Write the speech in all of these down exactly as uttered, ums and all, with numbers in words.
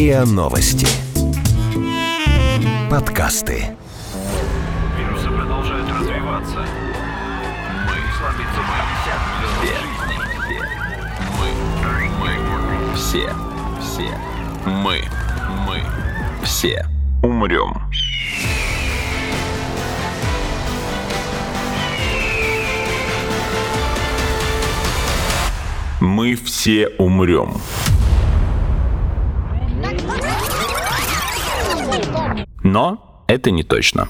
РИА Новости. Подкасты. Вирусы продолжают развиваться. Мы слабится мы. Все. Мы. Мы. Все. Все. Мы. Мы. Все. Умрем. Мы все умрем. Но это не точно.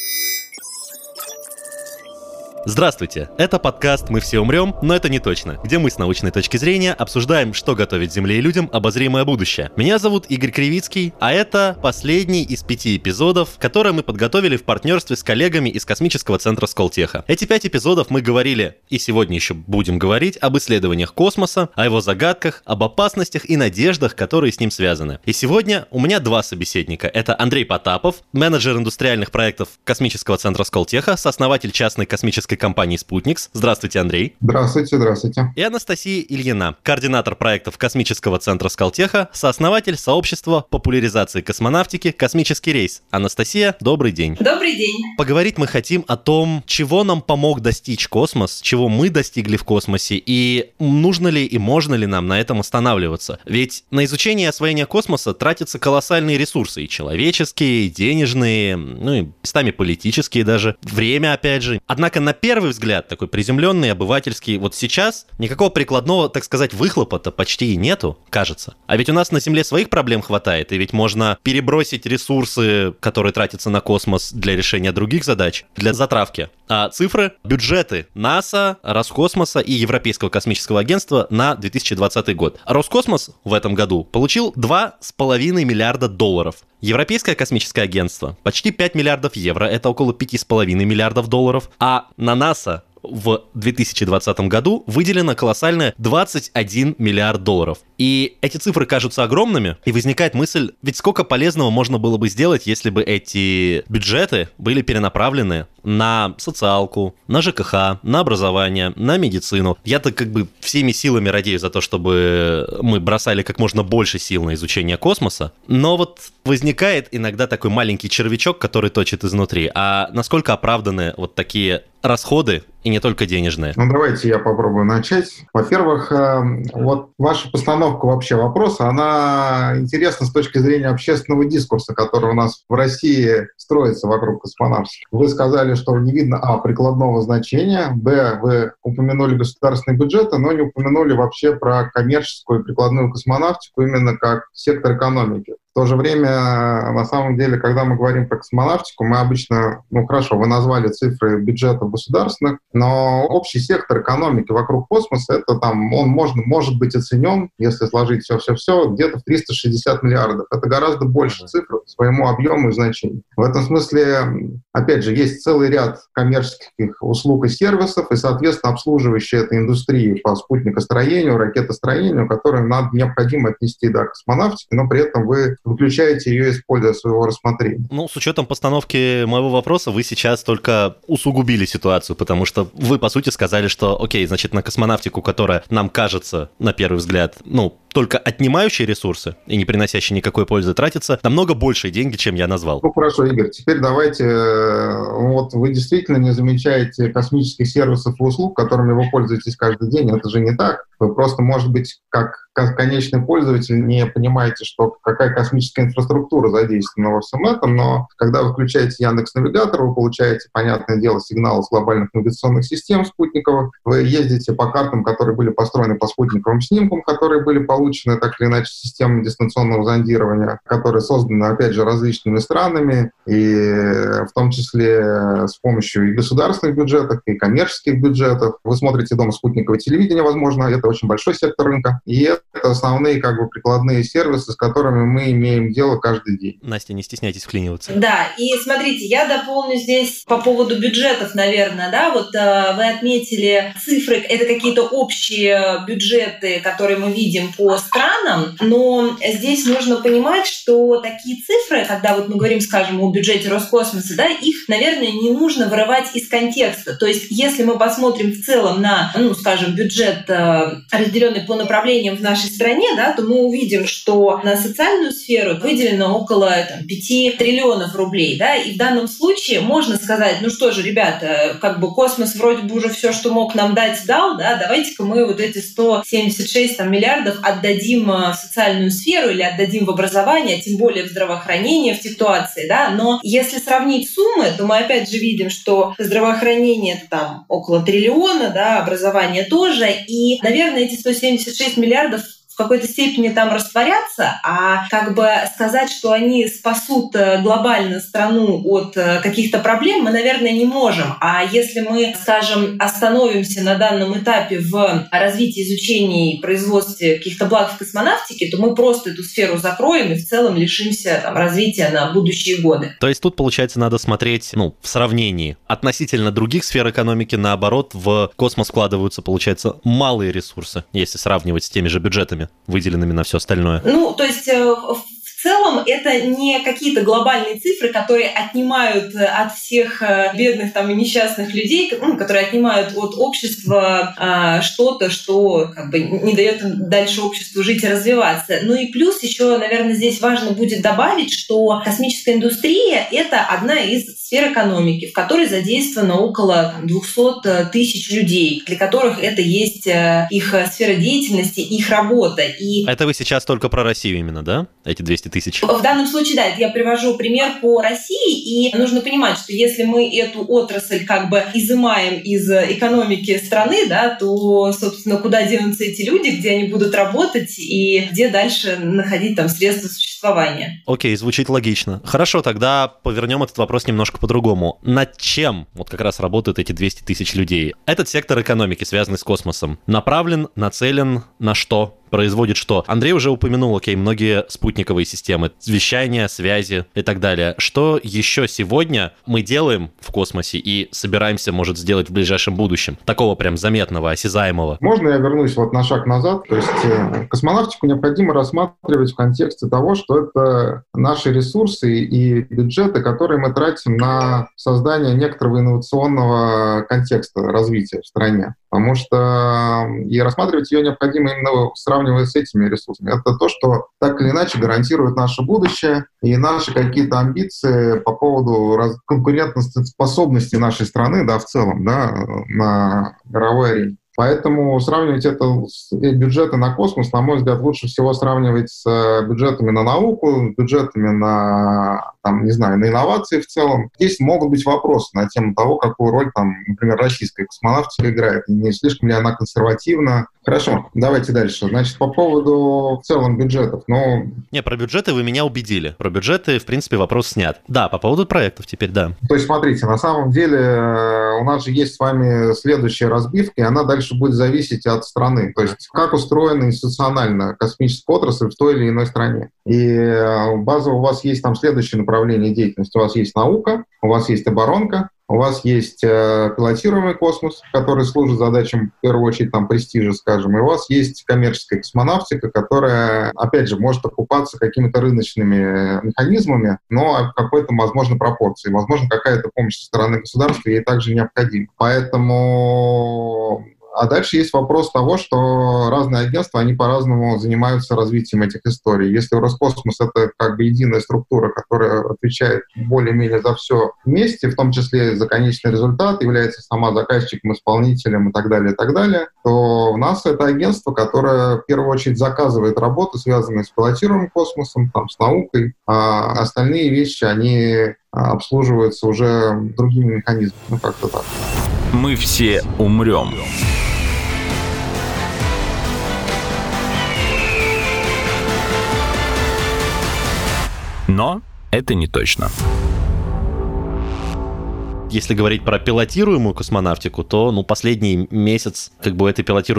Здравствуйте, это подкаст «Мы все умрем, но это не точно», где мы с научной точки зрения обсуждаем, что готовит Земле и людям обозримое будущее. Меня зовут Игорь Кривицкий, а это последний из пяти эпизодов, которые мы подготовили в партнерстве с коллегами из Космического центра Сколтеха. Эти пять эпизодов мы говорили, и сегодня еще будем говорить, об исследованиях космоса, о его загадках, об опасностях и надеждах, которые с ним связаны. И сегодня у меня два собеседника. Это Андрей Потапов, менеджер индустриальных проектов Космического центра Сколтеха, сооснователь частной космической компании «Спутникс». Здравствуйте, Андрей. Здравствуйте, здравствуйте. И Анастасия Ильина, координатор проектов Космического центра Сколтеха, сооснователь сообщества популяризации космонавтики «Космический рейс». Анастасия, добрый день. Добрый день. Поговорить мы хотим о том, чего нам помог достичь космос, чего мы достигли в космосе, и нужно ли и можно ли нам на этом останавливаться. Ведь на изучение и освоение космоса тратятся колоссальные ресурсы, и человеческие, и денежные, ну и местами политические даже, время опять же. Однако на первый взгляд, такой приземленный, обывательский, вот сейчас никакого прикладного, так сказать, выхлопа-то почти и нету, кажется. А ведь у нас на Земле своих проблем хватает, и ведь можно перебросить ресурсы, которые тратятся на космос, для решения других задач, для затравки. А цифры, бюджеты НАСА, Роскосмоса и Европейского космического агентства на две тысячи двадцатый год. Роскосмос в этом году получил два с половиной миллиарда долларов. Европейское космическое агентство почти пять миллиардов евро, это около пять с половиной миллиардов долларов, а на НАСА в две тысячи двадцатом году выделено колоссальное двадцать один миллиард долларов. И эти цифры кажутся огромными, и возникает мысль, ведь сколько полезного можно было бы сделать, если бы эти бюджеты были перенаправлены на социалку, на ЖКХ, на образование, на медицину. Я-то как бы всеми силами радею за то, чтобы мы бросали как можно больше сил на изучение космоса, но вот возникает иногда такой маленький червячок, который точит изнутри. А насколько оправданы вот такие расходы, и не только денежные? Ну, давайте я попробую начать. Во-первых, вот ваша постановка вообще вопроса, она интересна с точки зрения общественного дискурса, который у нас в России строится вокруг космонавтики. Вы сказали, что не видно, а, прикладного значения, б, вы упомянули государственные бюджеты, но не упомянули вообще про коммерческую и прикладную космонавтику именно как сектор экономики. В то же время, на самом деле, когда мы говорим про космонавтику, мы обычно, ну хорошо, вы назвали цифры бюджетов государственных, но общий сектор экономики вокруг космоса, это там, он можно, может быть оценен, если сложить все-все-все, где-то в триста шестьдесят миллиардов. Это гораздо больше цифр по своему объему и значению. В этом смысле, опять же, есть целый ряд коммерческих услуг и сервисов, и, соответственно, обслуживающие этой индустрии по спутникостроению, ракетостроению, которые надо, необходимо отнести до космонавтики, но при этом вы выключаете ее, используя своего рассмотрения. Ну, с учетом постановки моего вопроса, вы сейчас только усугубили ситуацию, потому что вы, по сути, сказали, что, окей, значит, на космонавтику, которая нам кажется, на первый взгляд, ну, только отнимающие ресурсы и не приносящие никакой пользы, тратятся намного большие деньги, чем я назвал. Ну, хорошо, Игорь, теперь давайте, вот вы действительно не замечаете космических сервисов и услуг, которыми вы пользуетесь каждый день, это же не так. Вы просто, может быть, как, как конечный пользователь не понимаете, что какая космическая инфраструктура задействована во всем этом, но когда вы включаете Яндекс.Навигатор, вы получаете, понятное дело, сигналы с глобальных навигационных систем спутниковых, вы ездите по картам, которые были построены по спутниковым снимкам, которые были получены так или иначе системами дистанционного зондирования, которые созданы, опять же, различными странами, и в том числе с помощью и государственных бюджетов, и коммерческих бюджетов. Вы смотрите дома спутниковое телевидение, возможно, это очень большой сектор рынка, и это основные как бы прикладные сервисы, с которыми мы имеем дело каждый день. Настя, не стесняйтесь вклиниваться. Да, и смотрите, я дополню здесь по поводу бюджетов, наверное, да, вот э, вы отметили цифры, это какие-то общие бюджеты, которые мы видим по по странам, но здесь нужно понимать, что такие цифры, когда вот мы говорим, скажем, о бюджете Роскосмоса, да, их, наверное, не нужно вырывать из контекста. То есть если мы посмотрим в целом на, ну, скажем, бюджет, разделенный по направлениям в нашей стране, да, то мы увидим, что на социальную сферу выделено около там, пяти триллионов рублей. Да, и в данном случае можно сказать, ну что же, ребята, как бы космос вроде бы уже все, что мог нам дать, дал, да, давайте-ка мы вот эти сто семьдесят шесть там, миллиардов отдадим в социальную сферу или отдадим в образование, тем более в здравоохранение в ситуации. Да. Но если сравнить суммы, то мы опять же видим, что здравоохранение это там около триллиона, да, образование тоже. И, наверное, эти сто семьдесят шесть миллиардов в какой-то степени там растворятся, а как бы сказать, что они спасут глобально страну от каких-то проблем, мы, наверное, не можем. А если мы, скажем, остановимся на данном этапе в развитии, изучении и производстве каких-то благ в космонавтике, то мы просто эту сферу закроем и в целом лишимся там, развития на будущие годы. То есть тут, получается, надо смотреть, ну, в сравнении. Относительно других сфер экономики, наоборот, в космос вкладываются, получается, малые ресурсы, если сравнивать с теми же бюджетами, выделенными на все остальное. Ну, то есть в целом это не какие-то глобальные цифры, которые отнимают от всех бедных там и несчастных людей, ну, которые отнимают от общества а, что-то, что как бы не дает дальше обществу жить и развиваться. Ну и плюс еще, наверное, здесь важно будет добавить, что космическая индустрия — это одна из сфер экономики, в которой задействовано около двухсот тысяч людей, для которых это есть их сфера деятельности, их работа. И это вы сейчас только про Россию именно, да? Эти двести тысяч? В данном случае, да, я привожу пример по России, и нужно понимать, что если мы эту отрасль как бы изымаем из экономики страны, да, то, собственно, куда денутся эти люди, где они будут работать и где дальше находить там средства существования. Окей, звучит логично. Хорошо, тогда повернем этот вопрос немножко по-другому. Над чем вот как раз работают эти двести тысяч людей? Этот сектор экономики, связанный с космосом, направлен, нацелен на что? Производит что? Андрей уже упомянул, окей, многие спутниковые системы, вещания, связи и так далее. Что еще сегодня мы делаем в космосе и собираемся, может, сделать в ближайшем будущем? Такого прям заметного, осязаемого. Можно я вернусь вот на шаг назад? То есть космонавтику необходимо рассматривать в контексте того, что это наши ресурсы и бюджеты, которые мы тратим на создание некоторого инновационного контекста развития в стране. Потому что и рассматривать ее необходимо именно сравнивая с этими ресурсами. Это то, что так или иначе гарантирует наше будущее и наши какие-то амбиции по поводу раз... конкурентоспособности нашей страны, да, в целом, да, на мировой арене. Поэтому сравнивать это с бюджеты на космос, на мой взгляд, лучше всего сравнивать с бюджетами на науку, с бюджетами на, там, не знаю, на инновации в целом. Здесь могут быть вопросы на тему того, какую роль, там, например, российская космонавтика играет, не слишком ли она консервативна. Хорошо, давайте дальше. Значит, по поводу в целом бюджетов. Ну... Не, про бюджеты вы меня убедили. Про бюджеты, в принципе, вопрос снят. Да, по поводу проектов теперь, да. То есть, смотрите, на самом деле у нас же есть с вами следующая разбивка, и она дальше будет зависеть от страны. То есть, как устроена институционально космическая отрасль в той или иной стране. И базово у вас есть там следующее направление деятельности. У вас есть наука, у вас есть оборонка, у вас есть э, пилотируемый космос, который служит задачам, в первую очередь, там, престижа, скажем, и у вас есть коммерческая космонавтика, которая, опять же, может окупаться какими-то рыночными механизмами, но в какой-то, возможно, пропорции. Возможно, какая-то помощь со стороны государства ей также необходима. Поэтому... А дальше есть вопрос того, что разные агентства, они по-разному занимаются развитием этих историй. Если Роскосмос — это как бы единая структура, которая отвечает более-менее за все вместе, в том числе за конечный результат, является сама заказчиком, исполнителем и так далее, и так далее, то у нас это агентство, которое в первую очередь заказывает работы, связанные с пилотируемым космосом, там, с наукой, а остальные вещи, они обслуживаются уже другими механизмами. Ну, как-то так. Мы все умрем. Но это не точно. Если говорить про пилотируемую космонавтику, то ну, последний месяц как бы у этой пилотируемой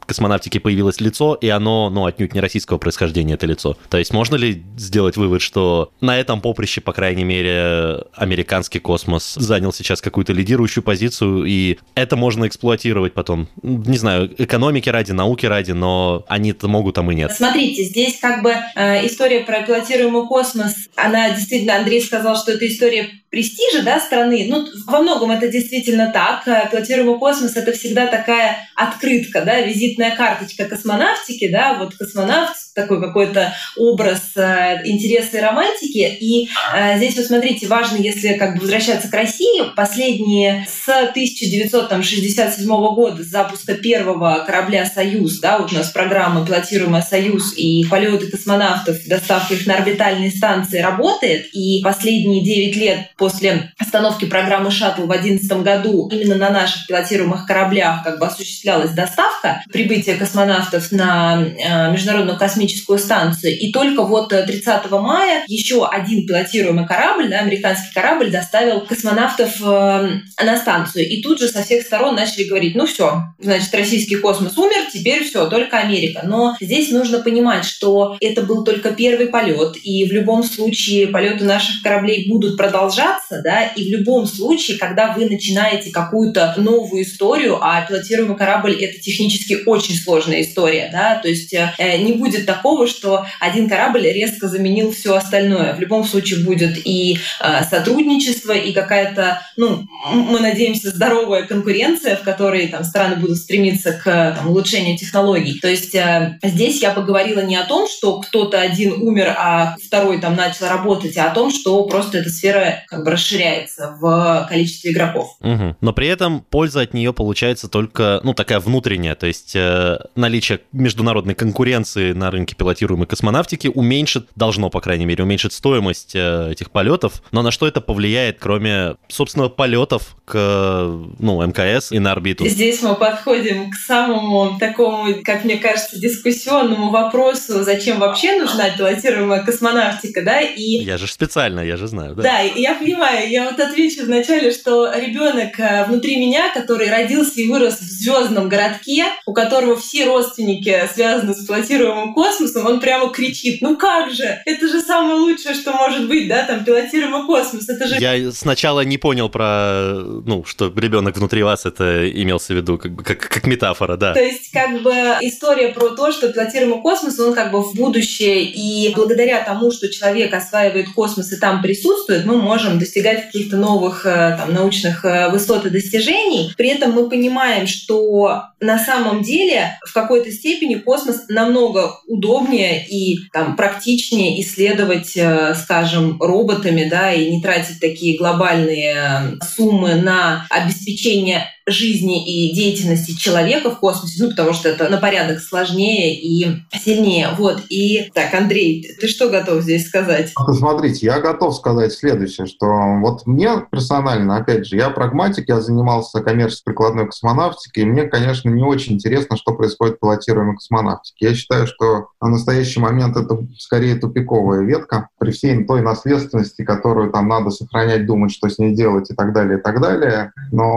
космонавтики появилось лицо, и оно, ну, отнюдь не российского происхождения, это лицо. То есть можно ли сделать вывод, что на этом поприще, по крайней мере, американский космос занял сейчас какую-то лидирующую позицию, и это можно эксплуатировать потом? Не знаю, экономики ради, науки ради, но они-то могут, а мы нет. Смотрите, здесь как бы э, история про пилотируемый космос, она действительно, Андрей сказал, что это история престижа, да, страны. Ну, во многом это действительно так. Пилотируемый космос — это всегда такая открытка, да, визитная карточка космонавтики, да, вот космонавт, такой какой-то образ э, интереса и романтики. И э, здесь, вот смотрите, важно, если как бы возвращаться к России, последние с тысяча девятьсот шестьдесят седьмого года, с запуска первого корабля «Союз», да, вот у нас программа пилотируемая «Союз», и полеты космонавтов, доставка их на орбитальные станции работает, и последние девять лет после остановки программы «Шаттл» в две тысячи одиннадцатом году именно на наших пилотируемых кораблях как бы осуществлялась доставка, прибытие космонавтов на э, Международную космическую станцию. И только вот тридцатого мая еще один пилотируемый корабль, да, американский корабль, доставил космонавтов э, на станцию. И тут же со всех сторон начали говорить: ну все, значит, российский космос умер, теперь все, только Америка. Но здесь нужно понимать, что это был только первый полет, и в любом случае полеты наших кораблей будут продолжаться, да, и в любом случае, когда вы начинаете какую-то новую историю, а пилотируемый корабль — это технически очень сложная история, да, то есть э, не будет такого, что один корабль резко заменил все остальное. В любом случае будет и э, сотрудничество, и какая-то, ну, мы надеемся, здоровая конкуренция, в которой там страны будут стремиться к там, улучшению технологий. То есть э, здесь я бы говорила не о том, что кто-то один умер, а второй там начал работать, а о том, что просто эта сфера как бы расширяется в количестве игроков. Угу. Но при этом польза от нее получается только, ну, такая внутренняя, то есть э, наличие международной конкуренции на рынке пилотируемой космонавтики уменьшит, должно, по крайней мере, уменьшить стоимость э, этих полетов. Но на что это повлияет, кроме, собственно, полетов к, ну, эм ка эс и на орбиту? Здесь мы подходим к самому такому, как мне кажется, дискуссионному вопросу, зачем вообще нужна пилотируемая космонавтика, да? И я же специально, я же знаю, да. Да, я понимаю. Я вот отвечу вначале, что ребенок внутри меня, который родился и вырос в звездном городке, у которого все родственники связаны с пилотируемым космосом, он прямо кричит: ну как же, это же самое лучшее, что может быть, да, там пилотируемый космос, это же... Я сначала не понял про, ну, что ребенок внутри вас, это имелся в виду как, как, как метафора, да. То есть как бы история про то, что пилотируемый космос, он как бы в будущее, и благодаря тому, что человек осваивает космос и там присутствует, мы можем достигать каких-то новых там, научных высот и достижений. При этом мы понимаем, что на самом деле в какой-то степени космос намного удобнее и там, практичнее исследовать, скажем, роботами, да, и не тратить такие глобальные суммы на обеспечение жизни и деятельности человека в космосе, ну, потому что это на порядок сложнее и сильнее. Вот. И так, Андрей, ты что готов здесь сказать? Смотрите, я готов сказать следующее, что вот мне персонально, опять же, я прагматик, я занимался коммерчески-прикладной космонавтикой, и мне, конечно, не очень интересно, что происходит в пилотируемой космонавтике. Я считаю, что на настоящий момент это скорее тупиковая ветка, при всей той наследственности, которую там надо сохранять, думать, что с ней делать и так далее, и так далее.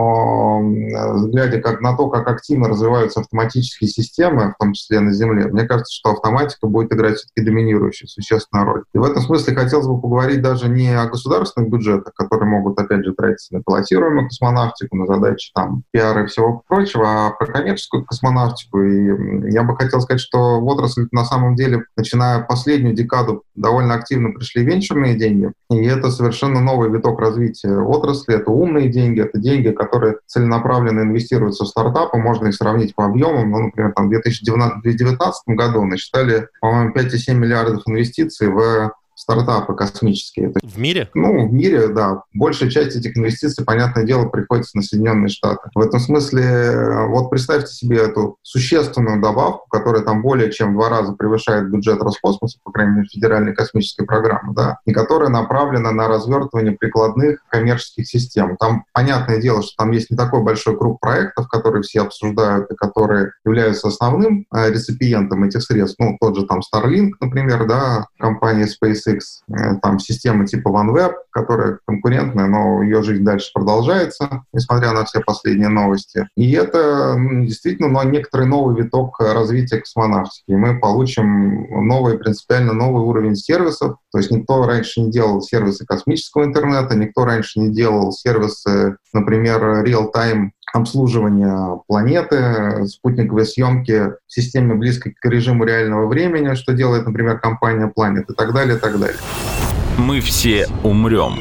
Но глядя как на то, как активно развиваются автоматические системы, в том числе на Земле, мне кажется, что автоматика будет играть все-таки доминирующую, существенную роль. И в этом смысле хотелось бы поговорить даже не о государственных бюджетах, которые могут, опять же, тратиться на пилотируемую космонавтику, на задачи там пиара и всего прочего, а про коммерческую космонавтику. И я бы хотел сказать, что в отрасль на самом деле, начиная последнюю декаду, довольно активно пришли венчурные деньги, и это совершенно новый виток развития отрасли. Это умные деньги, это деньги, которые целенаправленно инвестируются в стартапы, можно их сравнить по объемам. Ну, например, там, в две тысячи девятнадцатом году насчитали, по-моему, пять целых семь десятых миллиардов инвестиций в стартапы космические. В мире? Ну, в мире, да. Большая часть этих инвестиций, понятное дело, приходится на Соединенные Штаты. В этом смысле, вот представьте себе эту существенную добавку, которая там более чем в два раза превышает бюджет Роскосмоса, по крайней мере, федеральной космической программы, да, и которая направлена на развертывание прикладных коммерческих систем. Там, понятное дело, что там есть не такой большой круг проектов, которые все обсуждают и которые являются основным э, реципиентом этих средств. Ну, тот же там Starlink, например, да, компания SpaceX, SpaceX, там система типа OneWeb, которая конкурентная, но ее жизнь дальше продолжается, несмотря на все последние новости. И это действительно но некоторый новый виток развития космонавтики. И мы получим новый, принципиально новый уровень сервисов. То есть никто раньше не делал сервисы космического интернета, никто раньше не делал сервисы, например, real-time обслуживания планеты, спутниковой съемки в системе близкой к режиму реального времени, что делает, например, компания Planet и так далее, и так далее. Мы все умрем.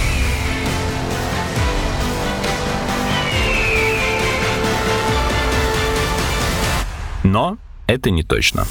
Но это не точно.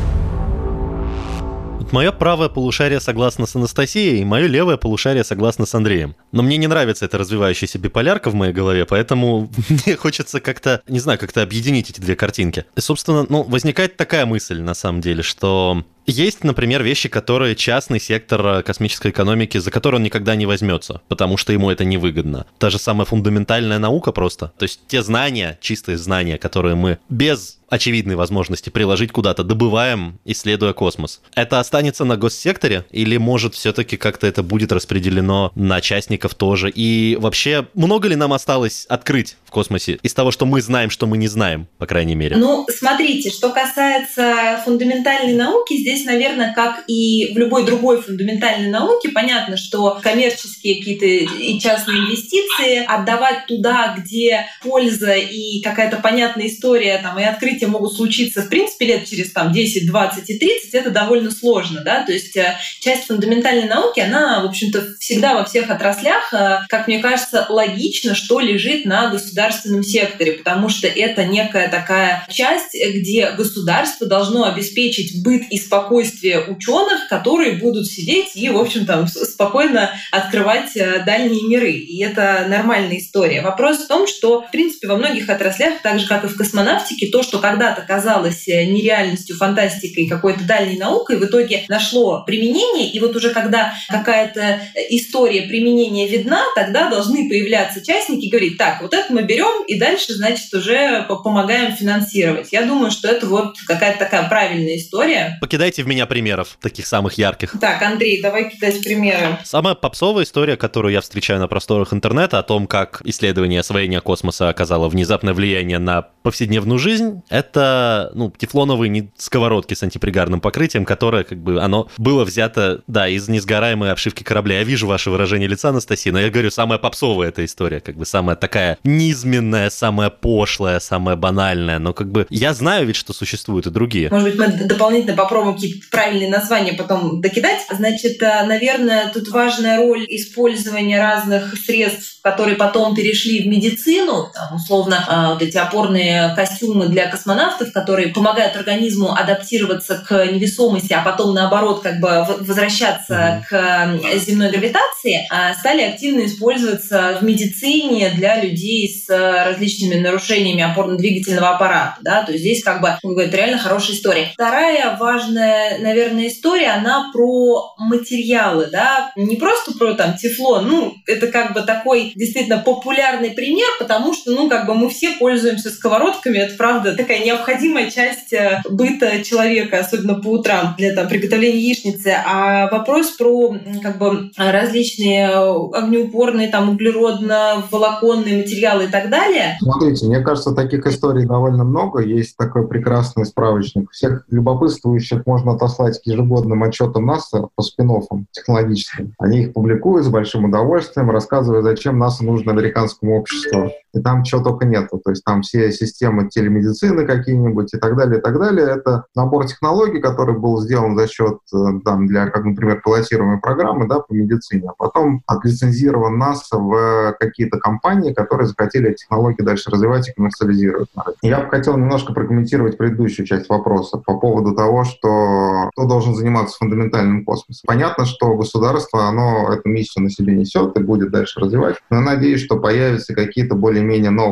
Мое правое полушарие согласно с Анастасией, и мое левое полушарие согласно с Андреем. Но мне не нравится эта развивающаяся биполярка в моей голове, поэтому мне хочется как-то, не знаю, как-то объединить эти две картинки. И, собственно, ну, возникает такая мысль, на самом деле, что есть, например, вещи, которые частный сектор космической экономики, за который он никогда не возьмется, потому что ему это невыгодно. Та же самая фундаментальная наука просто. То есть те знания, чистые знания, которые мы без очевидной возможности приложить куда-то добываем, исследуя космос. Это останется на госсекторе или, может, все-таки как-то это будет распределено на частников тоже? И вообще, много ли нам осталось открыть в космосе из того, что мы знаем, что мы не знаем, по крайней мере? Ну, смотрите, что касается фундаментальной науки, здесь, наверное, как и в любой другой фундаментальной науке, понятно, что коммерческие какие-то и частные инвестиции отдавать туда, где польза и какая-то понятная история, там, и открытие могут случиться, в принципе, лет через там, десять, двадцать и тридцать, это довольно сложно, да, то есть часть фундаментальной науки, она, в общем-то, всегда во всех отраслях, как мне кажется, логично, что лежит на государственном секторе, потому что это некая такая часть, где государство должно обеспечить быт и спокойствие ученых, которые будут сидеть и, в общем, там, спокойно открывать дальние миры. И это нормальная история. Вопрос в том, что, в принципе, во многих отраслях, так же, как и в космонавтике, то, что когда-то казалось нереальностью, фантастикой, какой-то дальней наукой, в итоге нашло применение, и вот уже когда какая-то история применения видна, тогда должны появляться частники и говорить: так, вот это мы берем и дальше, значит, уже помогаем финансировать. Я думаю, что это вот какая-то такая правильная история. Покидайте в меня примеров, таких самых ярких. Так, Андрей, давай кидать примеры. Самая попсовая история, которую я встречаю на просторах интернета, о том, как исследование освоения космоса оказало внезапное влияние на повседневную жизнь, это, ну, тефлоновые не сковородки с антипригарным покрытием, которое, как бы, оно было взято, да, из несгораемой обшивки корабля. Я вижу ваше выражение лица, Анастасия, но я говорю, самая попсовая эта история, как бы, самая такая низменная, самая пошлая, самая банальная, но, как бы, я знаю ведь, что существуют и другие. Может быть, мы дополнительно попробуем какие-то правильные названия потом докидать. Значит, наверное, тут важная роль использования разных средств, которые потом перешли в медицину, там, условно, вот эти опорные костюмы для космонавтов, которые помогают организму адаптироваться к невесомости, а потом, наоборот, как бы возвращаться mm-hmm. к земной гравитации, стали активно использоваться в медицине для людей с различными нарушениями опорно-двигательного аппарата. Да? То есть здесь, как бы, это реально хорошая история. Вторая важная, наверное, история, она про материалы, да, не просто про там тефлон, ну, это как бы такой действительно популярный пример, потому что, ну, как бы мы все пользуемся сковородками, это правда такая необходимая часть быта человека, особенно по утрам для там приготовления яичницы. А вопрос про как бы различные огнеупорные, там, углеродно-волоконные материалы и так далее. Смотрите, мне кажется, таких историй довольно много. Есть такой прекрасный справочник. Всех любопытствующих можно отослать к ежегодным отчетам НАСА по спин-оффам технологическим. Они их публикуют с большим удовольствием, рассказывая, зачем НАСА нужно американскому обществу. И там чего только нету. То есть там все системы телемедицины какие-нибудь и так далее, и так далее. Это набор технологий, который был сделан за счет, там, для, как, например, пилотируемой программы, да, по медицине, а потом отлицензирован НАСА в какие-то компании, которые захотели эти технологии дальше развивать и коммерциализировать. Я бы хотел немножко прокомментировать предыдущую часть вопроса по поводу того, что кто должен заниматься фундаментальным космосом. Понятно, что государство, оно эту миссию на себе несет и будет дальше развивать, но я надеюсь, что появятся какие-то более более-менее новые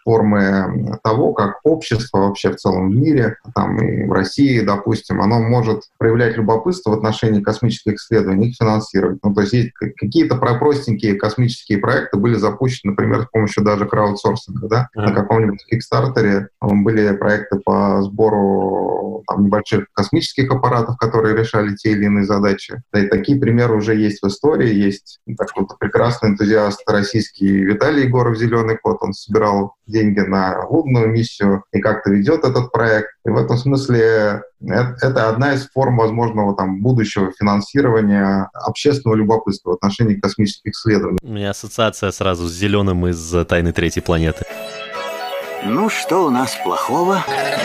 формы того, как общество вообще в целом в мире, там и в России, допустим, оно может проявлять любопытство в отношении космических исследований, их финансировать. Ну, то есть есть какие-то простенькие космические проекты были запущены, например, с помощью даже краудсорсинга, да? Mm-hmm. На каком-нибудь Кикстартере были проекты по сбору там, небольших космических аппаратов, которые решали те или иные задачи. Да, и такие примеры уже есть в истории. Есть такой прекрасный энтузиаст российский Виталий Егоров, «Зеленый кот». Он собирал деньги на лунную миссию и как-то ведет этот проект. И в этом смысле это одна из форм возможного там, будущего финансирования общественного любопытства в отношении космических исследований. У меня ассоциация сразу с зеленым из «Тайны третьей планеты». Ну, что у нас плохого?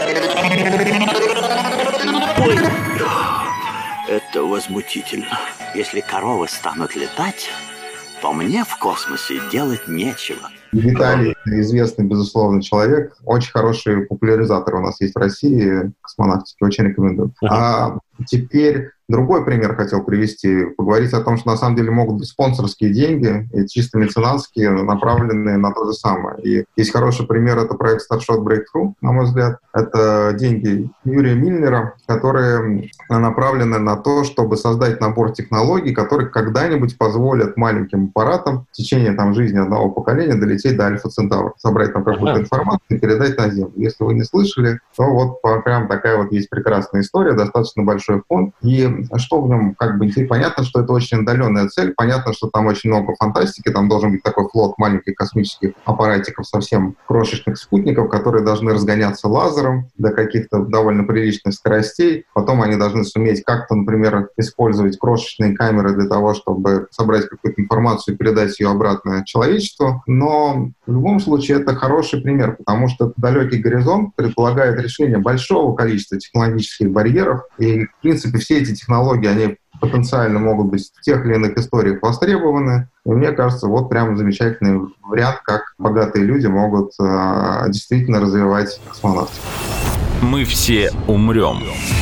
Ой, это возмутительно. Если коровы станут летать, то мне в космосе делать нечего. Виталий известный, безусловно, человек. Очень хороший популяризатор у нас есть в России космонавтики. Очень рекомендую. Uh-huh. А теперь другой пример хотел привести. Поговорить о том, что на самом деле могут быть спонсорские деньги и чисто меценатские, направленные на то же самое. И есть хороший пример, это проект Starshot Breakthrough, на мой взгляд. Это деньги Юрия Мильнера, которые направлены на то, чтобы создать набор технологий, которые когда-нибудь позволят маленьким аппаратам в течение там, жизни одного поколения долететь до Альфа Центавра, собрать там какую-то информацию и передать на Землю. Если вы не слышали, то вот прям такая вот есть прекрасная история, достаточно большой фонд. И что в нем, как бы, понятно, что это очень отдаленная цель, понятно, что там очень много фантастики, там должен быть такой флот маленьких космических аппаратиков, совсем крошечных спутников, которые должны разгоняться лазером до каких-то довольно приличных скоростей, потом они должны суметь как-то, например, использовать крошечные камеры для того, чтобы собрать какую-то информацию и передать ее обратно человечеству, но в любом случае это хороший пример, потому что далекий горизонт предполагает решение большого количества технологических барьеров, и, в принципе, все эти технологии, они потенциально могут быть в тех или иных историях востребованы. И мне кажется, вот прям замечательный вариант, как богатые люди могут э, действительно развивать космонавтику. Мы все умрем.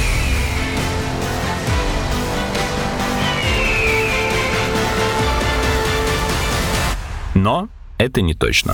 Но это не точно.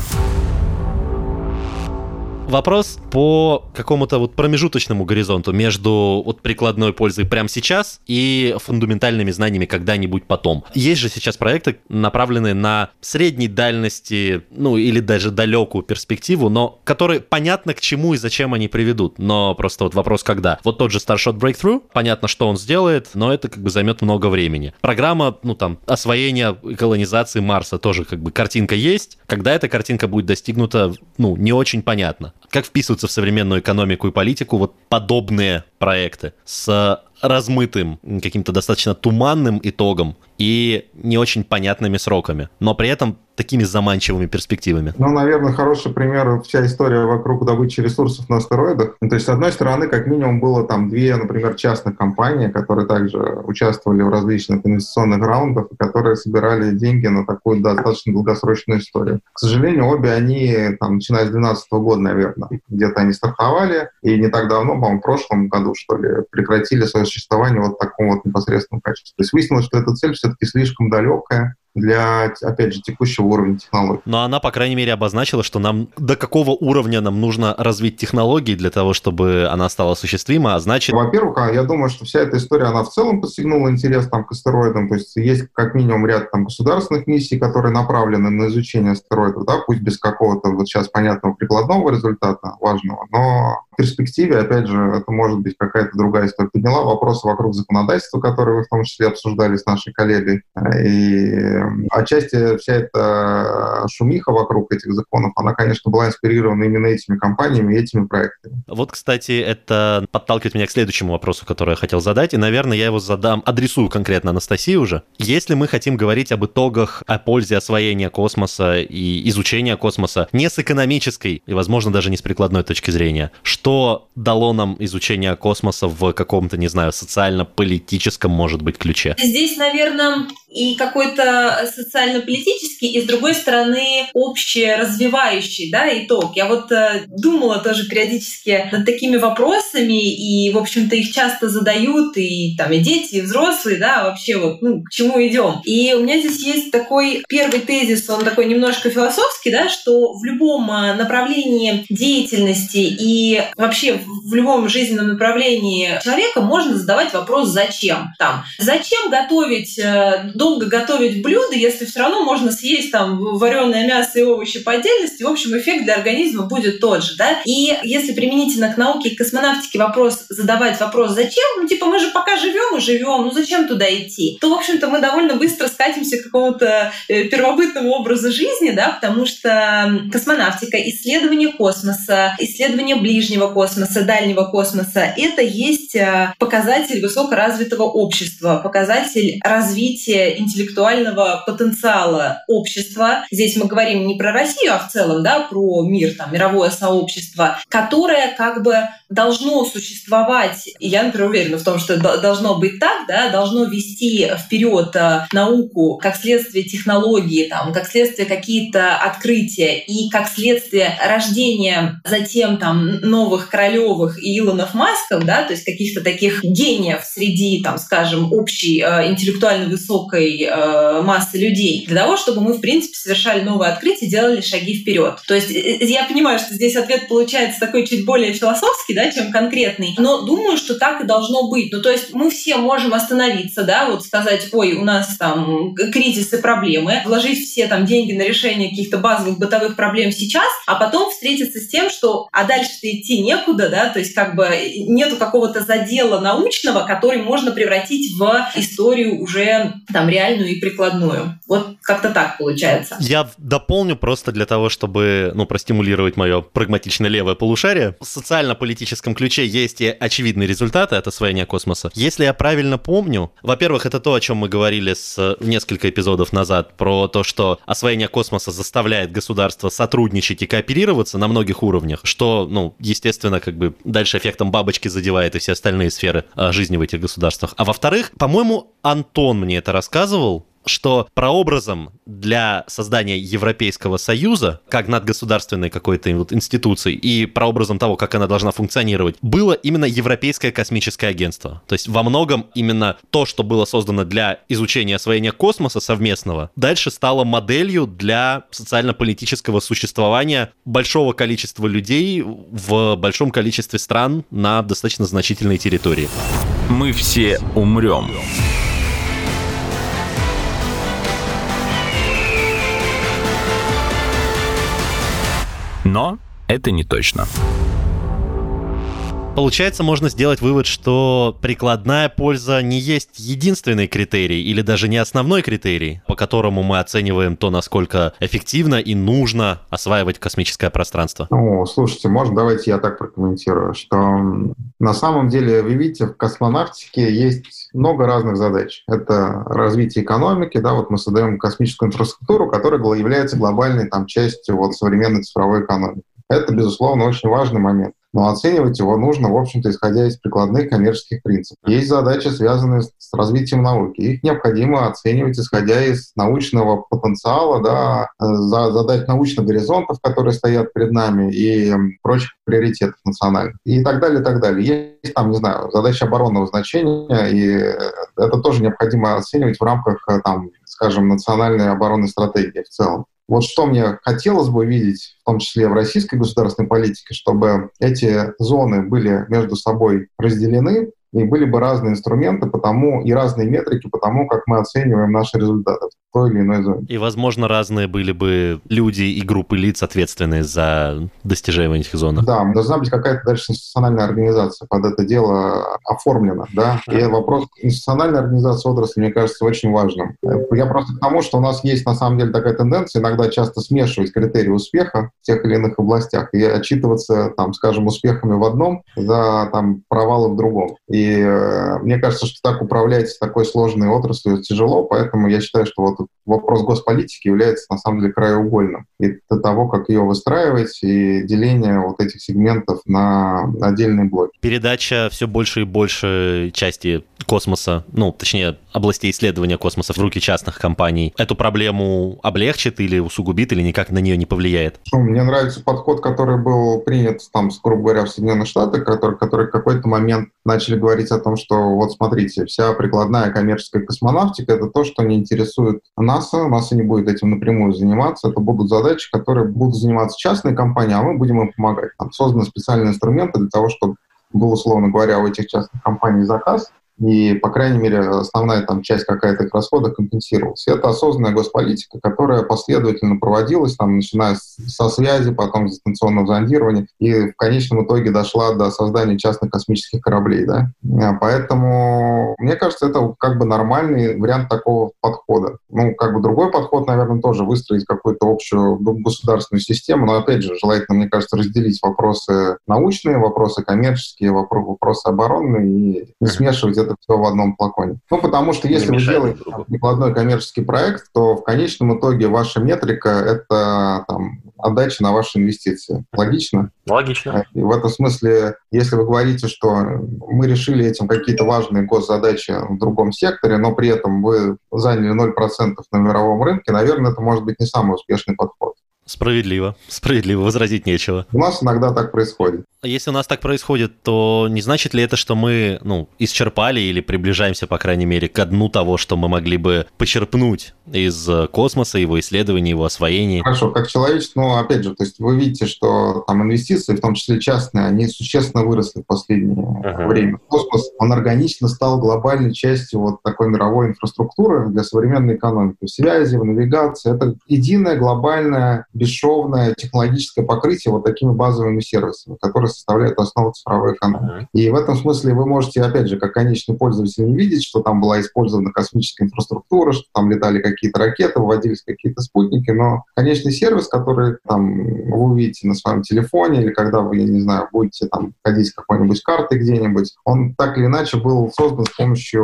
Вопрос по какому-то вот промежуточному горизонту между вот прикладной пользой прямо сейчас и фундаментальными знаниями когда-нибудь потом. Есть же сейчас проекты, направленные на средней дальности, ну или даже далекую перспективу, но которые понятно к чему и зачем они приведут. Но просто вот вопрос когда. Вот тот же Starshot Breakthrough, понятно, что он сделает, но это как бы займет много времени. Программа, ну там, освоения и колонизации Марса тоже как бы картинка есть. Когда эта картинка будет достигнута, ну, не очень понятно. Как вписываются в современную экономику и политику вот подобные проекты с размытым, каким-то достаточно туманным итогом и не очень понятными сроками, но при этом такими заманчивыми перспективами? Ну, наверное, хороший пример вся история вокруг добычи ресурсов на астероидах. То есть, с одной стороны, как минимум было там две, например, частных компаний, которые также участвовали в различных инвестиционных раундах, которые собирали деньги на такую достаточно долгосрочную историю. К сожалению, обе они, там, начиная с две тысячи двенадцатого года, наверное, где-то они стартовали, и не так давно, по-моему, в прошлом году, что ли, прекратили свое существование вот в таком вот непосредственном качестве. То есть выяснилось, что эта цель все-таки слишком далекая для, опять же, текущего уровня технологий. Но она, по крайней мере, обозначила, что нам до какого уровня нам нужно развить технологии для того, чтобы она стала осуществима, а значит... Во-первых, я думаю, что вся эта история, она в целом подстегнула интерес там, к астероидам, то есть есть как минимум ряд там, государственных миссий, которые направлены на изучение астероидов, да, пусть без какого-то вот сейчас понятного прикладного результата важного, но в перспективе, опять же, это может быть какая-то другая история. Подняла вопросы вокруг законодательства, которые вы в том числе обсуждали с нашей коллегой, и отчасти вся эта шумиха вокруг этих законов, она, конечно, была инспирирована именно этими компаниями и этими проектами. Вот, кстати, это подталкивает меня к следующему вопросу, который я хотел задать, и, наверное, я его задам, адресую конкретно Анастасии уже. Если мы хотим говорить об итогах, о пользе освоения космоса и изучения космоса не с экономической и, возможно, даже не с прикладной точки зрения, что дало нам изучение космоса в каком-то, не знаю, социально-политическом, может быть, ключе? Здесь, наверное, и какой-то социально-политический и, с другой стороны, общеразвивающий, да, итог. Я вот э, думала тоже периодически над такими вопросами, и, в общем-то, их часто задают и, там, и дети, и взрослые, да, вообще вот, ну, к чему идем. И у меня здесь есть такой первый тезис, он такой немножко философский, да, что в любом направлении деятельности и вообще в любом жизненном направлении человека можно задавать вопрос «зачем?». Там, зачем готовить, долго готовить блюдо, если все равно можно съесть там вареное мясо и овощи по отдельности, в общем, эффект для организма будет тот же, да. И если применительно к науке и космонавтике вопрос задавать вопрос «зачем?», ну, типа, мы же пока живем и живем, ну, зачем туда идти? То, в общем-то, мы довольно быстро скатимся к какому-то первобытному образу жизни, да, потому что космонавтика, исследование космоса, исследование ближнего космоса, дальнего космоса — это есть показатель высокоразвитого общества, показатель развития интеллектуального потенциала общества. Здесь мы говорим не про Россию, а в целом, да, про мир, там, мировое сообщество, которое как бы должно существовать, и я, например, уверена в том, что должно быть так, да, должно вести вперед науку, как следствие технологии, там, как следствие какие-то открытия и как следствие рождения затем там новых Королёвых и Илонов Масков, да, то есть каких-то таких гениев среди, там, скажем, общей э, интеллектуально высокой э, массы людей, для того, чтобы мы, в принципе, совершали новые открытия, делали шаги вперед. То есть э, я понимаю, что здесь ответ получается такой чуть более философский, да, чем конкретный, но думаю, что так и должно быть. Ну, то есть мы все можем остановиться, да, вот сказать, ой, у нас там кризис и проблемы, вложить все там деньги на решение каких-то базовых бытовых проблем сейчас, а потом встретиться с тем, что а дальше-то идти некуда, да, то есть как бы нету какого-то задела научного, который можно превратить в историю уже там реальную и прикладную. Вот как-то так получается. Я дополню просто для того, чтобы, ну, простимулировать мое прагматично левое полушарие. В социально-политическом ключе есть и очевидные результаты от освоения космоса. Если я правильно помню, во-первых, это то, о чем мы говорили с несколько эпизодов назад, про то, что освоение космоса заставляет государство сотрудничать и кооперироваться на многих уровнях, что, ну, естественно, как бы дальше эффектом бабочки задевает и все остальные сферы жизни в этих государствах. А во-вторых, по-моему, Антон мне это рассказывал, что прообразом для создания Европейского Союза, как надгосударственной какой-то вот институции, и прообразом того, как она должна функционировать, было именно Европейское космическое агентство. То есть во многом именно то, что было создано для изучения освоения космоса совместного, дальше стало моделью для социально-политического существования большого количества людей в большом количестве стран на достаточно значительной территории. Мы все умрем. Но это не точно. Получается, можно сделать вывод, что прикладная польза не есть единственный критерий или даже не основной критерий, по которому мы оцениваем то, насколько эффективно и нужно осваивать космическое пространство. Ну, слушайте, может, давайте я так прокомментирую, что на самом деле, вы видите, в космонавтике есть много разных задач. Это развитие экономики, да, вот мы создаем космическую инфраструктуру, которая является глобальной там частью вот современной цифровой экономики. Это, безусловно, очень важный момент. Но оценивать его нужно, в общем-то, исходя из прикладных коммерческих принципов. Есть задачи, связанные с развитием науки. Их необходимо оценивать, исходя из научного потенциала, да, задач научных горизонтов, которые стоят перед нами, и прочих приоритетов национальных. И так далее, и так далее. Есть там, не знаю, задачи оборонного значения, и это тоже необходимо оценивать в рамках, там, скажем, национальной оборонной стратегии в целом. Вот что мне хотелось бы видеть, в том числе в российской государственной политике, чтобы эти зоны были между собой разделены, и были бы разные инструменты по тому, и разные метрики по тому, как мы оцениваем наши результаты в той или иной зоне. И, возможно, разные были бы люди и группы лиц, ответственные за достижение этих зон. Да, должна быть какая-то дальше институциональная организация под это дело оформлена, да. И вопрос институциональной организации отрасли, мне кажется, очень важным. Я просто к тому, что у нас есть, на самом деле, такая тенденция иногда часто смешивать критерии успеха в тех или иных областях и отчитываться, там, скажем, успехами в одном за там, провалы в другом. И мне кажется, что так управлять такой сложной отраслью тяжело, поэтому я считаю, что вот вопрос госполитики является на самом деле краеугольным. И до того, как ее выстраивать, и деление вот этих сегментов на отдельные блоки. Передача все больше и больше части космоса, ну, точнее, областей исследования космоса в руки частных компаний, эту проблему облегчит или усугубит, или никак на нее не повлияет? Ну, мне нравится подход, который был принят, там, грубо говоря, в Соединенных Штатах, который, который в какой-то момент начали говорить о том, что вот смотрите, вся прикладная коммерческая космонавтика — это то, что не интересует НАСА. НАСА не будет этим напрямую заниматься. Это будут задачи, которые будут заниматься частные компании, а мы будем им помогать. Там созданы специальные инструменты для того, чтобы был, условно говоря, у этих частных компаний заказ, и, по крайней мере, основная там часть какая-то их расхода компенсировалась. И это осознанная госполитика, которая последовательно проводилась, там, начиная с, со связи, потом с дистанционного зондирования, и в конечном итоге дошла до создания частных космических кораблей. Да? Поэтому, мне кажется, это как бы нормальный вариант такого подхода. Ну, как бы другой подход, наверное, тоже выстроить какую-то общую государственную систему, но, опять же, желательно, мне кажется, разделить вопросы научные, вопросы коммерческие, вопросы оборонные и не смешивать это все в одном флаконе. Ну, потому что если вы делаете прикладной коммерческий проект, то в конечном итоге ваша метрика — это там, отдача на ваши инвестиции. Логично? Логично. И в этом смысле, если вы говорите, что мы решили этим какие-то важные госзадачи в другом секторе, но при этом вы заняли ноль процентов на мировом рынке, наверное, это может быть не самый успешный подход. Справедливо. Справедливо. Возразить нечего. У нас иногда так происходит. Если у нас так происходит, то не значит ли это, что мы, ну, исчерпали или приближаемся, по крайней мере, к дну того, что мы могли бы почерпнуть из космоса, его исследований, его освоения? Хорошо, как человечество, ну, опять же, то есть вы видите, что там инвестиции, в том числе частные, они существенно выросли в последнее uh-huh. время. Космос, он органично стал глобальной частью вот такой мировой инфраструктуры для современной экономики. Связи, навигации — это единое глобальное бесшовное технологическое покрытие вот такими базовыми сервисами, которые составляют основу цифровой экономики. Uh-huh. И в этом смысле вы можете, опять же, как конечный пользователь, не видеть, что там была использована космическая инфраструктура, что там летали какие-то ракеты, выводились какие-то спутники, но конечный сервис, который там вы увидите на своем телефоне или когда вы, я не знаю, будете там ходить с какой-нибудь картой где-нибудь, он так или иначе был создан с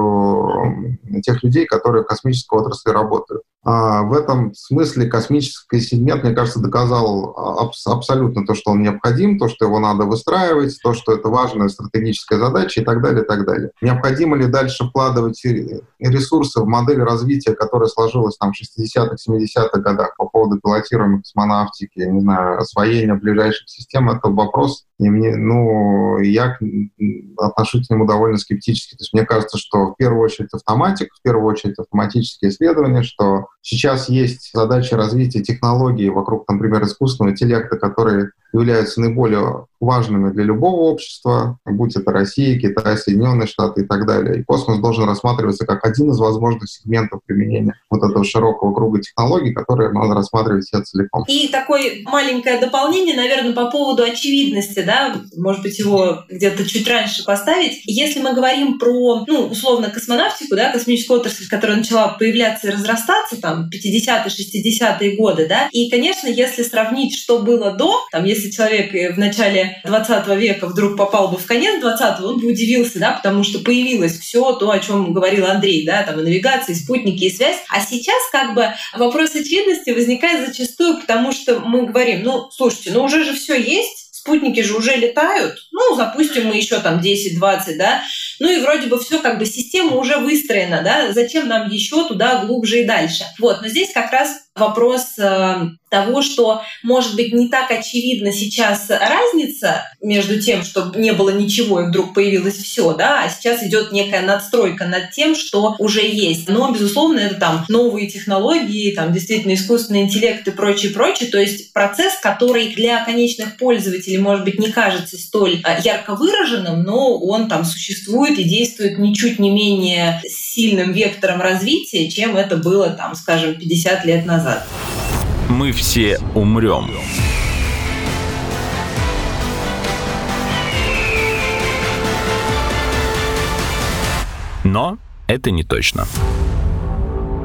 помощью тех людей, которые в космической отрасли работают. А в этом смысле космический сегмент, мне кажется, доказал аб- абсолютно то, что он необходим, то, что его надо выстраивать, то, что это важная стратегическая задача и так далее, и так далее. Необходимо ли дальше вкладывать ресурсы в модель развития, которая сложилась там в шестидесятых, семидесятых годах по поводу пилотируемой космонавтики, не знаю, освоения ближайших систем, это вопрос. И мне, ну, я отношусь к нему довольно скептически. То есть мне кажется, что в первую очередь автоматика, в первую очередь автоматические исследования, что сейчас есть задача развития технологий вокруг, например, искусственного интеллекта, которые являются наиболее важными для любого общества, будь это Россия, Китай, Соединенные Штаты и так далее. И космос должен рассматриваться как один из возможных сегментов применения вот этого широкого круга технологий, которые надо рассматривать все целиком. И такое маленькое дополнение, наверное, по поводу очевидности, да, может быть, его где-то чуть раньше поставить. Если мы говорим про, ну, условно, космонавтику, да, космическую отрасль, которая начала появляться и разрастаться, там, пятидесятые, шестидесятые годы, да, и, конечно, если сравнить, что было до, там, если человек в начале двадцатого века вдруг попал бы в конец двадцатого, он бы удивился, да, потому что появилось все то, о чем говорил Андрей, да, там и навигация, и спутники, и связь. А сейчас как бы вопрос очевидности возникает зачастую, потому что мы говорим, ну, слушайте, ну уже же все есть, спутники же уже летают, ну, запустим мы еще там десять-двадцать, да, ну и вроде бы все как бы система уже выстроена, да, зачем нам еще туда глубже и дальше. Вот, но здесь как раз вопрос э, того, что, может быть, не так очевидна сейчас разница между тем, что не было ничего и вдруг появилось все, да, а сейчас идет некая надстройка над тем, что уже есть. Но, безусловно, это там новые технологии, там действительно искусственный интеллект и прочее, прочее. То есть процесс, который для конечных пользователей, может быть, не кажется столь ярко выраженным, но он там существует и действует ничуть не менее сильным вектором развития, чем это было, там, скажем, пятьдесят лет назад. Мы все умрем. Но это не точно.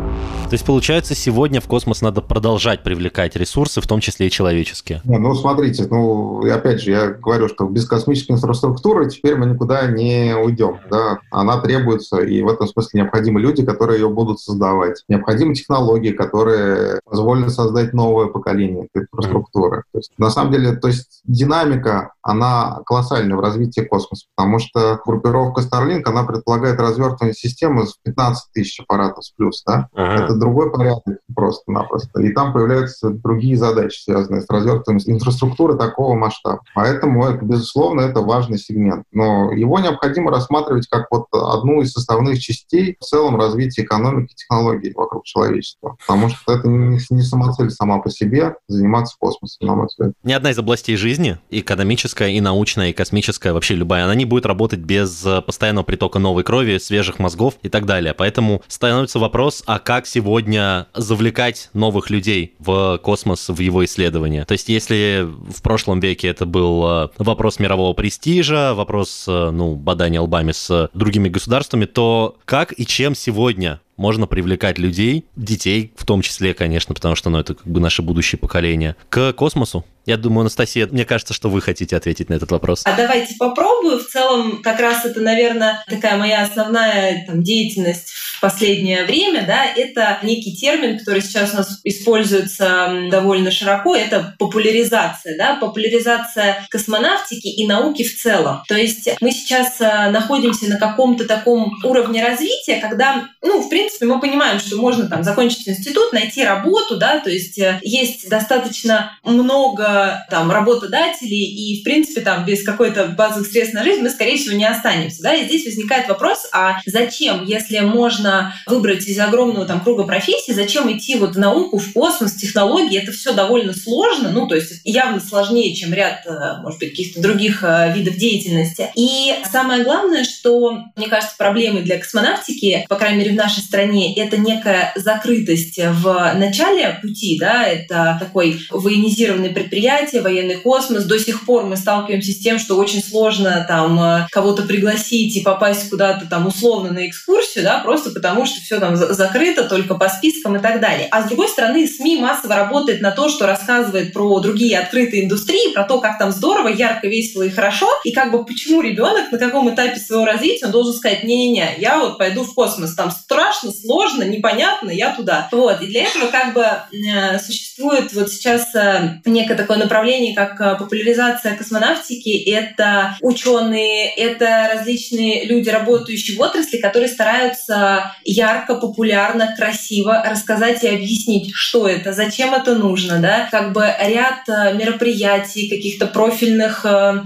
То есть, получается, сегодня в космос надо продолжать привлекать ресурсы, в том числе и человеческие. Не, ну, смотрите, ну, и опять же, я говорю, что без космической инфраструктуры теперь мы никуда не уйдем, да, она требуется, и в этом смысле необходимы люди, которые ее будут создавать. Необходимы технологии, которые позволят создать новое поколение инфраструктуры. То есть, на самом деле, то есть динамика, она колоссальная в развитии космоса, потому что группировка Starlink, она предполагает развертывание системы с пятнадцать тысяч аппаратов с плюс, да, ага. Это другой порядок просто-напросто. И там появляются другие задачи, связанные с развертыванием инфраструктуры такого масштаба. Поэтому, это, безусловно, это важный сегмент. Но его необходимо рассматривать как вот одну из составных частей в целом развития экономики и технологий вокруг человечества. Потому что это не, не самоцель сама по себе заниматься космосом, на мой взгляд. Ни одна из областей жизни, и экономическая, и научная, и космическая, вообще любая, она не будет работать без постоянного притока новой крови, свежих мозгов и так далее. Поэтому становится вопрос, а как сегодня завлекать новых людей в космос, в его исследования? То есть если в прошлом веке это был вопрос мирового престижа, вопрос, ну, бодания лбами с другими государствами, то как и чем сегодня можно привлекать людей, детей в том числе, конечно, потому что, ну, это как бы наше будущее поколение, к космосу? Я думаю, Анастасия, мне кажется, что вы хотите ответить на этот вопрос. А давайте попробую. В целом, как раз это, наверное, такая моя основная там, деятельность в последнее время, да, это некий термин, который сейчас у нас используется довольно широко, это популяризация, да, популяризация космонавтики и науки в целом. То есть мы сейчас находимся на каком-то таком уровне развития, когда, ну, в принципе, мы понимаем, что можно там закончить институт, найти работу, да, то есть есть достаточно много там работодателей, и, в принципе, там без какой-то базовых средств на жизнь мы, скорее всего, не останемся, да, и здесь возникает вопрос, а зачем, если можно выбрать из огромного там круга профессий, зачем идти вот в науку, в космос, в технологии, это все довольно сложно, ну, то есть явно сложнее, чем ряд, может быть, каких-то других видов деятельности. И самое главное, что, мне кажется, проблемой для космонавтики, по крайней мере, в нашей стране, это некая закрытость в начале пути, да, это такой военизированный предприятие, военный космос. До сих пор мы сталкиваемся с тем, что очень сложно там кого-то пригласить и попасть куда-то там условно на экскурсию, да, просто потому что все там закрыто, только по спискам и так далее. А с другой стороны, СМИ массово работает на то, что рассказывает про другие открытые индустрии, про то, как там здорово, ярко, весело и хорошо, и как бы почему ребенок на каком этапе своего развития он должен сказать: не-не-не, я вот пойду в космос, там страшно, сложно, непонятно, я туда. Вот. И для этого как бы э, существует вот сейчас э, некое такое направление, как популяризация космонавтики. Это ученые, это различные люди, работающие в отрасли, которые стараются ярко, популярно, красиво рассказать и объяснить, что это, зачем это нужно, да, как бы ряд мероприятий, каких-то профильных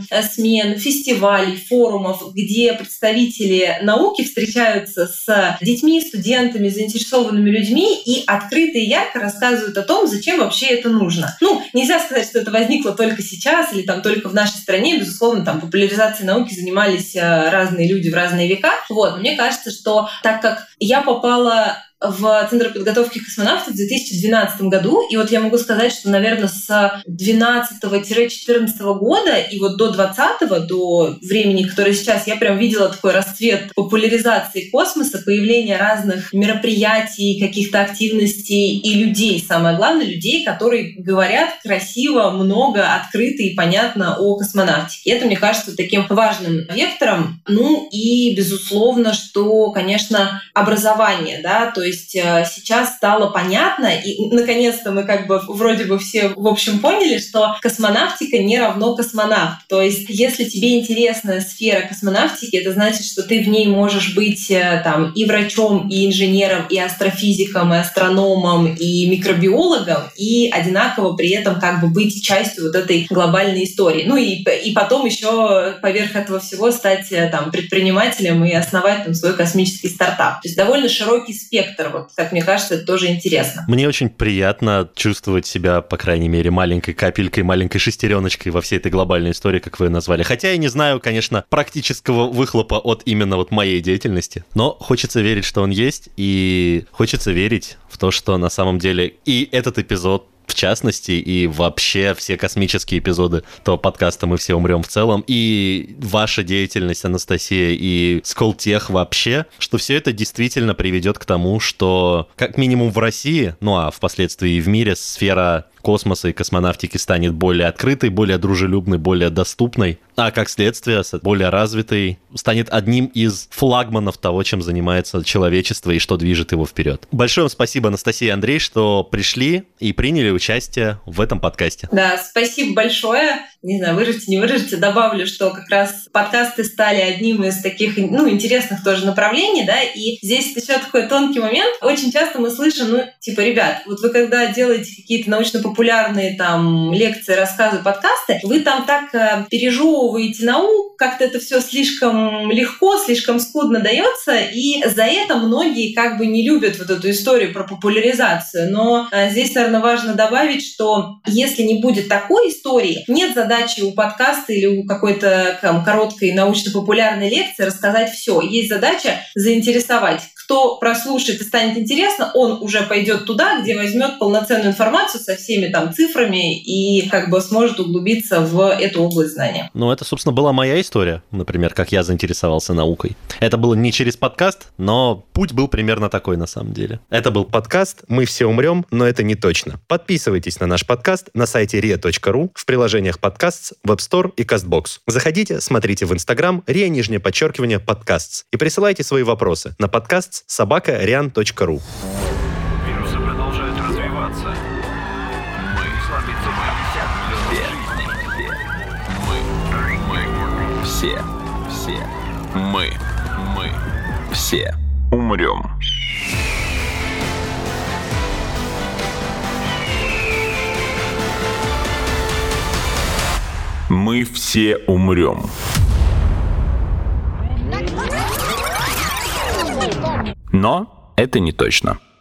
смен, фестивалей, форумов, где представители науки встречаются с детьми, студентами, заинтересованными людьми и открыто и ярко рассказывают о том, зачем вообще это нужно. Ну, нельзя сказать, что это возникло только сейчас или там только в нашей стране. Безусловно, там популяризацией науки занимались разные люди в разные века. Вот. Но мне кажется, что так как я попала в Центр подготовки космонавтов в две тысячи двенадцатом году. И вот я могу сказать, что, наверное, с двенадцатого-четырнадцатого года и вот до двадцатого, до времени, которое сейчас, я прям видела такой расцвет популяризации космоса, появление разных мероприятий, каких-то активностей и людей. Самое главное, людей, которые говорят красиво, много, открыто и понятно о космонавтике. И это, мне кажется, таким важным вектором. Ну и, безусловно, что, конечно, образование, да, то есть сейчас стало понятно, и наконец-то мы как бы вроде бы все в общем поняли, что космонавтика не равно космонавт. То есть если тебе интересна сфера космонавтики, это значит, что ты в ней можешь быть там и врачом, и инженером, и астрофизиком, и астрономом, и микробиологом, и одинаково при этом как бы быть частью вот этой глобальной истории. Ну и, и потом еще поверх этого всего стать там предпринимателем и основать там свой космический стартап. То есть довольно широкий спектр. Вот, как мне кажется, это тоже интересно. Мне очень приятно чувствовать себя, по крайней мере, маленькой капелькой, маленькой шестереночкой во всей этой глобальной истории, как вы ее назвали. Хотя я не знаю, конечно, практического выхлопа от именно вот моей деятельности, но хочется верить, что он есть, и хочется верить в то, что на самом деле и этот эпизод в частности, и вообще все космические эпизоды того подкаста «Мы все умрем» в целом, и ваша деятельность, Анастасия, и Сколтех вообще, что все это действительно приведет к тому, что как минимум в России, ну а впоследствии и в мире сфера космоса и космонавтики станет более открытой, более дружелюбной, более доступной, а как следствие более развитой, станет одним из флагманов того, чем занимается человечество и что движет его вперед. Большое вам спасибо, Анастасия и Андрей, что пришли и приняли участие в этом подкасте. Да, спасибо большое. Не знаю, выживите, не выживите, добавлю, что как раз подкасты стали одним из таких, ну, интересных тоже направлений, да, и здесь еще такой тонкий момент. Очень часто мы слышим, ну, типа, ребят, вот вы когда делаете какие-то научно-популярные там лекции, рассказы, подкасты, вы там так э, пережевываете науку, как-то это все слишком легко, слишком скудно дается, и за это многие как бы не любят вот эту историю про популяризацию. Но э, здесь, наверное, важно добавить, что если не будет такой истории, нет задачи у подкаста или у какой-то там, короткой научно-популярной лекции рассказать все. Есть задача заинтересовать. Кто прослушает и станет интересно, он уже пойдет туда, где возьмет полноценную информацию со всеми там цифрами и как бы сможет углубиться в эту область знания. Ну, это, собственно, была моя история, например, как я заинтересовался наукой. Это было не через подкаст, но путь был примерно такой на самом деле. Это был подкаст «Мы все умрем, но это не точно». Подписывайтесь на наш подкаст на сайте риа точка ру, в приложениях подкастс, в App Store и CastBox. Заходите, смотрите в Instagram риа, нижнее подчеркивание, подкастс и присылайте свои вопросы на подкастс собака риан точка ру. Вирусы продолжают развиваться. Мы слабится. Все, все, мы, мы, все умрем. Мы все умрем. Но это не точно.